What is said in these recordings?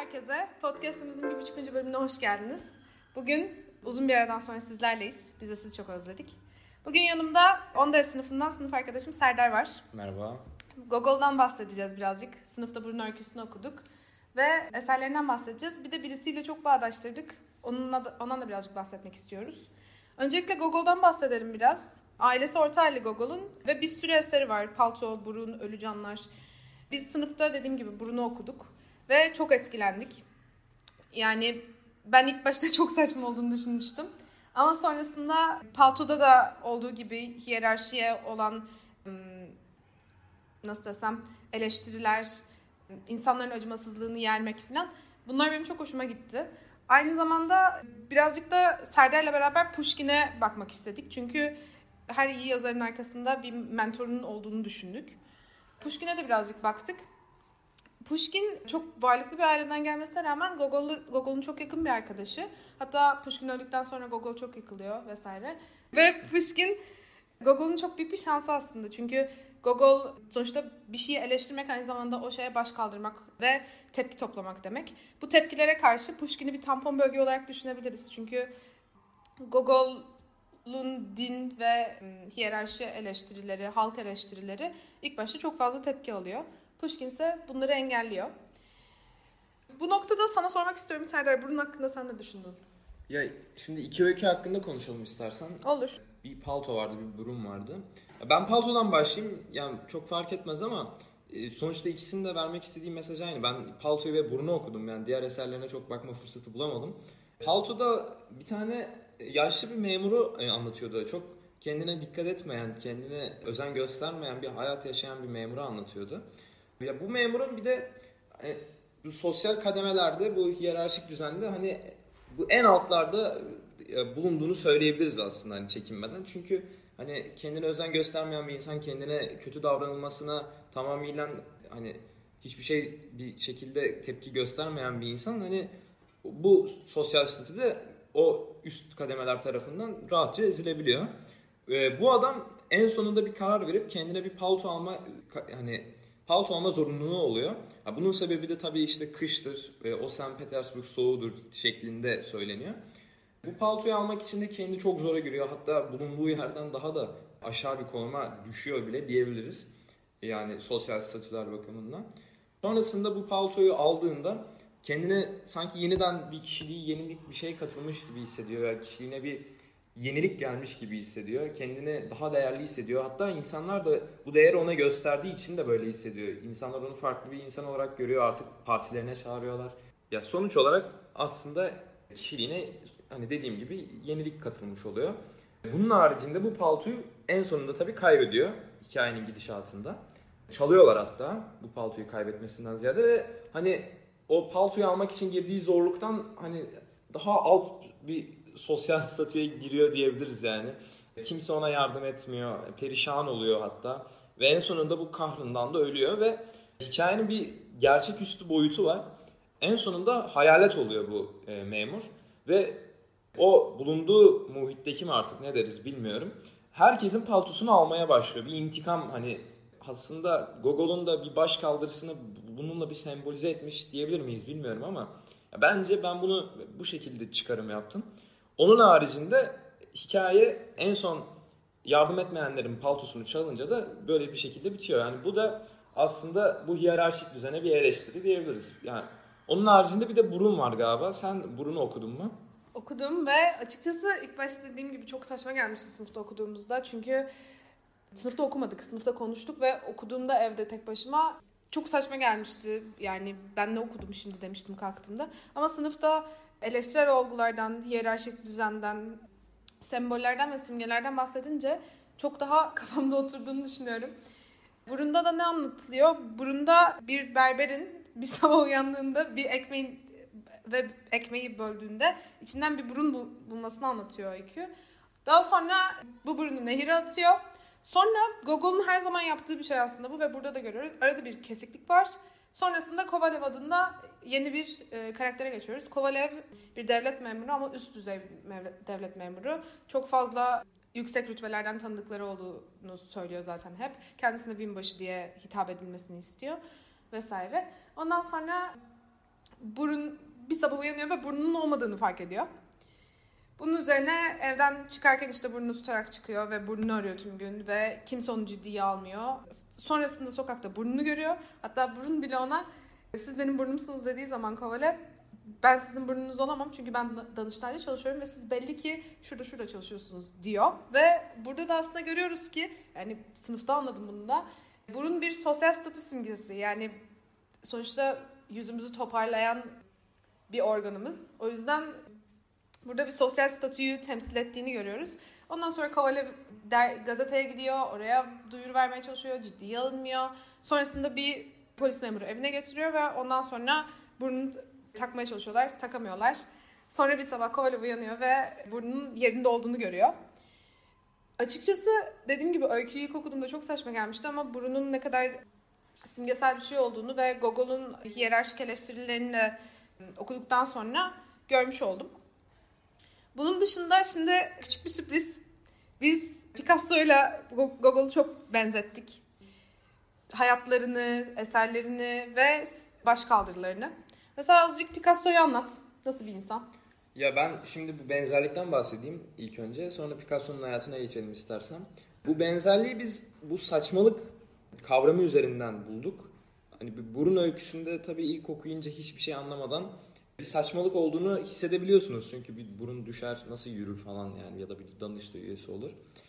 herkese. Podcast'ımızın 1,5. bölümüne hoş geldiniz. Bugün uzun bir aradan sonra sizlerleyiz. Biz de sizi çok özledik. Bugün yanımda 10D sınıfından sınıf arkadaşım Serdar var. Merhaba. Gogol'dan bahsedeceğiz birazcık. Sınıfta Bruno öyküsünü okuduk. Ve eserlerinden bahsedeceğiz. Bir de birisiyle çok bağdaştırdık. Ondan da birazcık bahsetmek istiyoruz. Öncelikle Gogol'dan bahsedelim biraz. Ailesi orta halli Gogol'un ve bir sürü eseri var. Palto, Burun, Ölü Canlar. Biz sınıfta dediğim gibi Burun'u okuduk. Ve çok etkilendik. Yani ben ilk başta çok saçma olduğunu düşünmüştüm. Ama sonrasında Palto'da da olduğu gibi hiyerarşiye olan nasıl desem eleştiriler, insanların acımasızlığını yermek falan. Bunlar benim çok hoşuma gitti. Aynı zamanda birazcık da Serdar'la beraber Pushkin'e bakmak istedik. Çünkü her iyi yazarın arkasında bir mentorunun olduğunu düşündük. Pushkin'e de birazcık baktık. Pushkin çok varlıklı bir aileden gelmesine rağmen Gogol'un çok yakın bir arkadaşı. Hatta Pushkin öldükten sonra Gogol çok yıkılıyor vesaire. Ve Pushkin Gogol'un çok büyük bir şansı aslında. Çünkü Gogol sonuçta bir şeyi eleştirmek aynı zamanda o şeye baş kaldırmak ve tepki toplamak demek. Bu tepkilere karşı Pushkin'i bir tampon bölge olarak düşünebiliriz. Çünkü Gogol'un din ve hiyerarşi eleştirileri, halk eleştirileri ilk başta çok fazla tepki alıyor. Pushkin ise bunları engelliyor. Bu noktada sana sormak istiyorum Serdar, bunun hakkında sen ne düşündün? Ya şimdi iki öykü hakkında konuşalım istersen. Olur. Bir Palto vardı, bir Burun vardı. Ben Palto'dan başlayayım. Yani çok fark etmez ama sonuçta ikisini de vermek istediğim mesaj aynı. Ben Palto'yu ve Burun'u okudum. Yani diğer eserlerine çok bakma fırsatı bulamadım. Palto'da bir tane yaşlı bir memuru anlatıyordu. Çok kendine dikkat etmeyen, kendine özen göstermeyen bir hayat yaşayan bir memuru anlatıyordu. Ya bu memurun bir de bu sosyal kademelerde, bu hiyerarşik düzende hani bu en altlarda bulunduğunu söyleyebiliriz aslında hani çekinmeden. Çünkü hani kendine özen göstermeyen bir insan, kendine kötü davranılmasına tamamıyla hani hiçbir şey bir şekilde tepki göstermeyen bir insan hani bu sosyal statüde o üst kademeler tarafından rahatça ezilebiliyor. Bu adam en sonunda bir karar verip kendine bir palto alma zorunluluğu oluyor. Bunun sebebi de tabii işte kıştır, o St. Petersburg soğuğudur şeklinde söyleniyor. Bu paltoyu almak için de kendini çok zora giriyor. Hatta bulunduğu yerden daha da aşağı bir konuma düşüyor bile diyebiliriz. Yani sosyal statüler bakımından. Sonrasında bu paltoyu aldığında kendine sanki yeniden bir kişiliği, yenilik bir şey katılmış gibi hissediyor. Yani kişiliğine bir yenilik gelmiş gibi hissediyor. Kendini daha değerli hissediyor. Hatta insanlar da bu değeri ona gösterdiği için de böyle hissediyor. İnsanlar onu farklı bir insan olarak görüyor. Artık partilerine çağırıyorlar. Ya sonuç olarak aslında kişiliğine hani dediğim gibi yenilik katılmış oluyor. Bunun haricinde bu paltoyu en sonunda tabii kaybediyor hikayenin gidişatında. Çalıyorlar hatta bu paltoyu kaybetmesinden ziyade ve hani o paltoyu almak için girdiği zorluktan hani daha alt bir sosyal statüye giriyor diyebiliriz yani. Kimse ona yardım etmiyor, perişan oluyor hatta. Ve en sonunda bu kahrından da ölüyor ve hikayenin bir gerçeküstü boyutu var. En sonunda hayalet oluyor bu memur. Ve o bulunduğu muhitteki mi artık ne deriz bilmiyorum. Herkesin paltosunu almaya başlıyor. Bir intikam hani aslında Gogol'un da bir baş kaldırısını bununla bir sembolize etmiş diyebilir miyiz bilmiyorum ama bence ben bunu bu şekilde çıkarım yaptım. Onun haricinde hikaye en son yardım etmeyenlerin paltosunu çalınca da böyle bir şekilde bitiyor. Yani bu da aslında bu hiyerarşik düzene bir eleştiri diyebiliriz. Yani onun haricinde bir de Burun var galiba. Sen Burun'u okudun mu? Okudum ve açıkçası ilk başta dediğim gibi çok saçma gelmişti sınıfta okuduğumuzda. Çünkü sınıfta okumadık, sınıfta konuştuk ve okuduğumda evde tek başıma çok saçma gelmişti. Yani ben ne okudum şimdi demiştim kalktığımda. Ama sınıfta eleştirel olgulardan, hiyerarşik düzenden, sembollerden ve simgelerden bahsedince çok daha kafamda oturduğunu düşünüyorum. Burunda da ne anlatılıyor? Burunda bir berberin bir sabah uyandığında bir ekmeği böldüğünde içinden bir burun bulmasını anlatıyor öykü. Daha sonra bu burunu nehire atıyor. Sonra Gogol'un her zaman yaptığı bir şey aslında bu ve burada da görüyoruz. Arada bir kesiklik var. Sonrasında Kovalev adında yeni bir karaktere geçiyoruz. Kovalev bir devlet memuru ama üst düzey bir devlet memuru. Çok fazla yüksek rütbelerden tanıdıkları olduğunu söylüyor zaten hep. Kendisine binbaşı diye hitap edilmesini istiyor vesaire. Ondan sonra bir sabah uyanıyor ve burnunun olmadığını fark ediyor. Bunun üzerine evden çıkarken işte burnunu tutarak çıkıyor ve burnunu arıyor tüm gün ve kimse onu ciddiye almıyor. Sonrasında sokakta burnunu görüyor. Hatta burun bile ona siz benim burnumsunuz dediği zaman Kovale, ben sizin burnunuz olamam çünkü ben Danıştay'da çalışıyorum ve siz belli ki şurada çalışıyorsunuz diyor. Ve burada da aslında görüyoruz ki, yani sınıfta anladım bunu da, burun bir sosyal statü simgesi. Yani sonuçta yüzümüzü toparlayan bir organımız. O yüzden burada bir sosyal statüyü temsil ettiğini görüyoruz. Ondan sonra Kovalev gazeteye gidiyor, oraya duyuru vermeye çalışıyor, ciddiye alınmıyor. Sonrasında bir polis memuru evine getiriyor ve ondan sonra burnunu takmaya çalışıyorlar, takamıyorlar. Sonra bir sabah Kovalev uyanıyor ve burnunun yerinde olduğunu görüyor. Açıkçası dediğim gibi öyküyü ilk okuduğumda çok saçma gelmişti ama burunun ne kadar simgesel bir şey olduğunu ve Gogol'un hiyerarşik eleştirilerini de okuduktan sonra görmüş oldum. Bunun dışında şimdi küçük bir sürpriz. Biz Picasso'yla Gogol'u çok benzettik. Hayatlarını, eserlerini ve başkaldırılarını. Mesela azıcık Picasso'yu anlat. Nasıl bir insan? Ya ben şimdi bu benzerlikten bahsedeyim ilk önce. Sonra Picasso'nun hayatına geçelim istersen. Bu benzerliği biz bu saçmalık kavramı üzerinden bulduk. Hani bir burun öyküsünde tabii ilk okuyunca hiçbir şey anlamadan bir saçmalık olduğunu hissedebiliyorsunuz. Çünkü bir burun düşer, nasıl yürür falan yani, ya da bir Danıştay üyesi olur.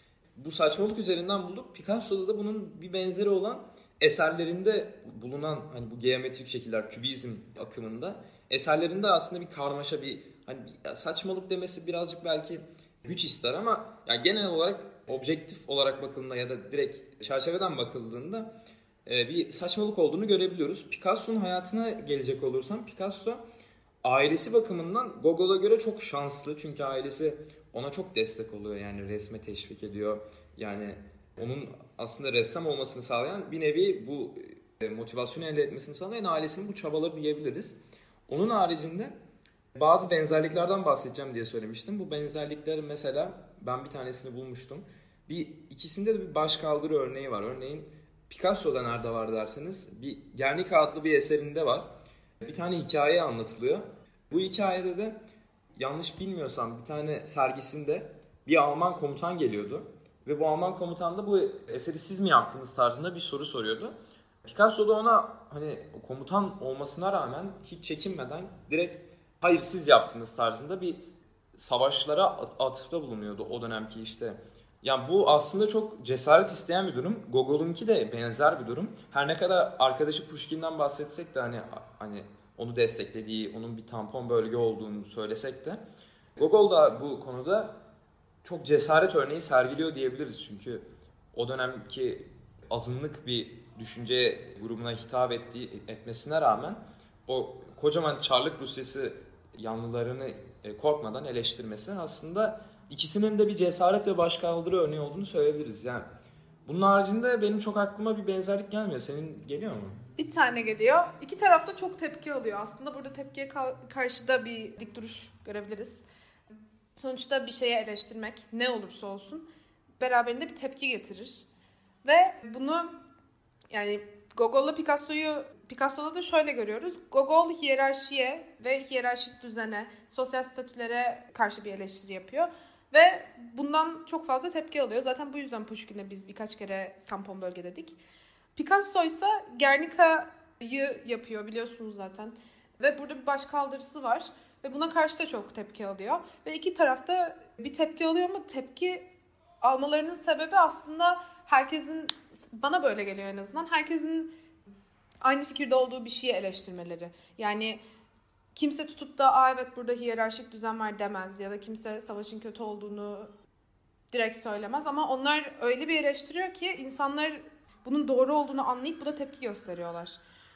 Bu saçmalık üzerinden bulduk. Picasso'da da bunun bir benzeri olan eserlerinde bulunan hani bu geometrik şekiller, kübizm akımında eserlerinde aslında bir karmaşa, bir hani saçmalık demesi birazcık belki güç ister ama yani genel olarak objektif olarak bakıldığında ya da direkt çerçeveden bakıldığında bir saçmalık olduğunu görebiliyoruz. Picasso'nun hayatına gelecek olursam, Picasso ailesi bakımından Gogol'a göre çok şanslı. Çünkü ailesi ona çok destek oluyor. Yani resme teşvik ediyor. Yani onun aslında ressam olmasını sağlayan, bir nevi bu motivasyonu elde etmesini sağlayan ailesinin bu çabaları diyebiliriz. Onun haricinde bazı benzerliklerden bahsedeceğim diye söylemiştim. Bu benzerlikler mesela ben bir tanesini bulmuştum. İkisinde de bir başkaldırı örneği var. Örneğin Picasso'da nerede var derseniz, bir Guernica adlı bir eserinde var. Bir tane hikaye anlatılıyor. Bu hikayede de yanlış bilmiyorsam bir tane sergisinde bir Alman komutan geliyordu. Ve bu Alman komutan da bu eseri siz mi yaptınız tarzında bir soru soruyordu. Picasso da ona hani komutan olmasına rağmen hiç çekinmeden direkt hayır siz yaptınız tarzında bir savaşlara atıfta bulunuyordu o dönemki işte. Yani bu aslında çok cesaret isteyen bir durum. Gogol'unki de benzer bir durum. Her ne kadar arkadaşı Pushkin'den bahsetsek de hani onu desteklediği, onun bir tampon bölge olduğunu söylesek de Gogol da bu konuda çok cesaret örneği sergiliyor diyebiliriz. Çünkü o dönemki azınlık bir düşünce grubuna hitap etmesine rağmen o kocaman Çarlık Rusyası yanlılarını korkmadan eleştirmesi aslında ikisinin de bir cesaret ve başkaldırı örneği olduğunu söyleyebiliriz. Yani bunun haricinde benim çok aklıma bir benzerlik gelmiyor. Senin geliyor mu? Bir tane geliyor. İki tarafta çok tepki alıyor. Aslında burada tepkiye karşı da bir dik duruş görebiliriz. Sonuçta bir şeye eleştirmek ne olursa olsun beraberinde bir tepki getirir. Ve bunu yani Gogol'la Picasso'da da şöyle görüyoruz. Gogol hiyerarşiye ve hiyerarşik düzene, sosyal statülere karşı bir eleştiri yapıyor. Ve bundan çok fazla tepki alıyor. Zaten bu yüzden Pushkin'e biz birkaç kere tampon bölge dedik. Picasso ise Guernica'yı yapıyor biliyorsunuz zaten. Ve burada bir başkaldırısı var. Ve buna karşı da çok tepki alıyor. Ve iki tarafta bir tepki alıyor ama tepki almalarının sebebi aslında herkesin, bana böyle geliyor en azından, herkesin aynı fikirde olduğu bir şeyi eleştirmeleri. Yani kimse tutup da evet burada hiyerarşik düzen var demez ya da kimse savaşın kötü olduğunu direkt söylemez ama onlar öyle bir eleştiriyor ki insanlar bunun doğru olduğunu anlayıp buna tepki gösteriyorlar.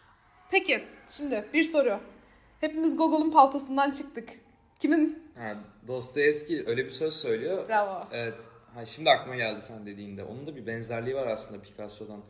Peki şimdi bir soru. Hepimiz Gogol'un paltosundan çıktık. Kimin? Dostoyevski öyle bir söz söylüyor. Bravo. Evet. Şimdi aklıma geldi sen dediğinde. Onun da bir benzerliği var aslında Picasso'dan.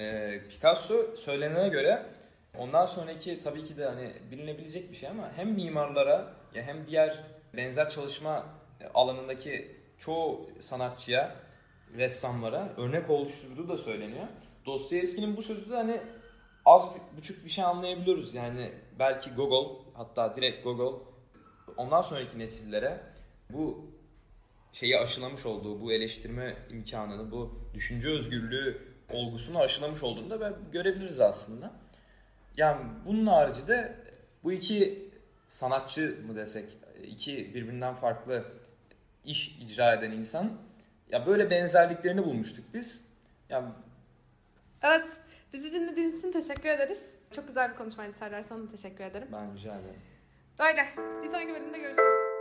Picasso söylenene göre ondan sonraki tabii ki de hani bilinebilecek bir şey ama hem mimarlara ya hem diğer benzer çalışma alanındaki çoğu sanatçıya, ressamlara örnek oluşturduğu da söyleniyor. Dostoyevski'nin bu sözü de hani az buçuk bir şey anlayabiliyoruz. Yani belki Google, hatta direkt Google ondan sonraki nesillere bu şeyi aşılamış olduğu, bu eleştirme imkanını, bu düşünce özgürlüğü olgusunu aşılamış olduğunu da görebiliriz aslında. Yani bunun haricinde bu iki sanatçı mı desek, iki birbirinden farklı iş icra eden insan, ya böyle benzerliklerini bulmuştuk biz. Yani evet, bizi dinlediğiniz için teşekkür ederiz. Çok güzel bir konuşmaydı Serdar, sana teşekkür ederim. ben rica ederim. Öyle. Bir sonraki bölümde görüşürüz.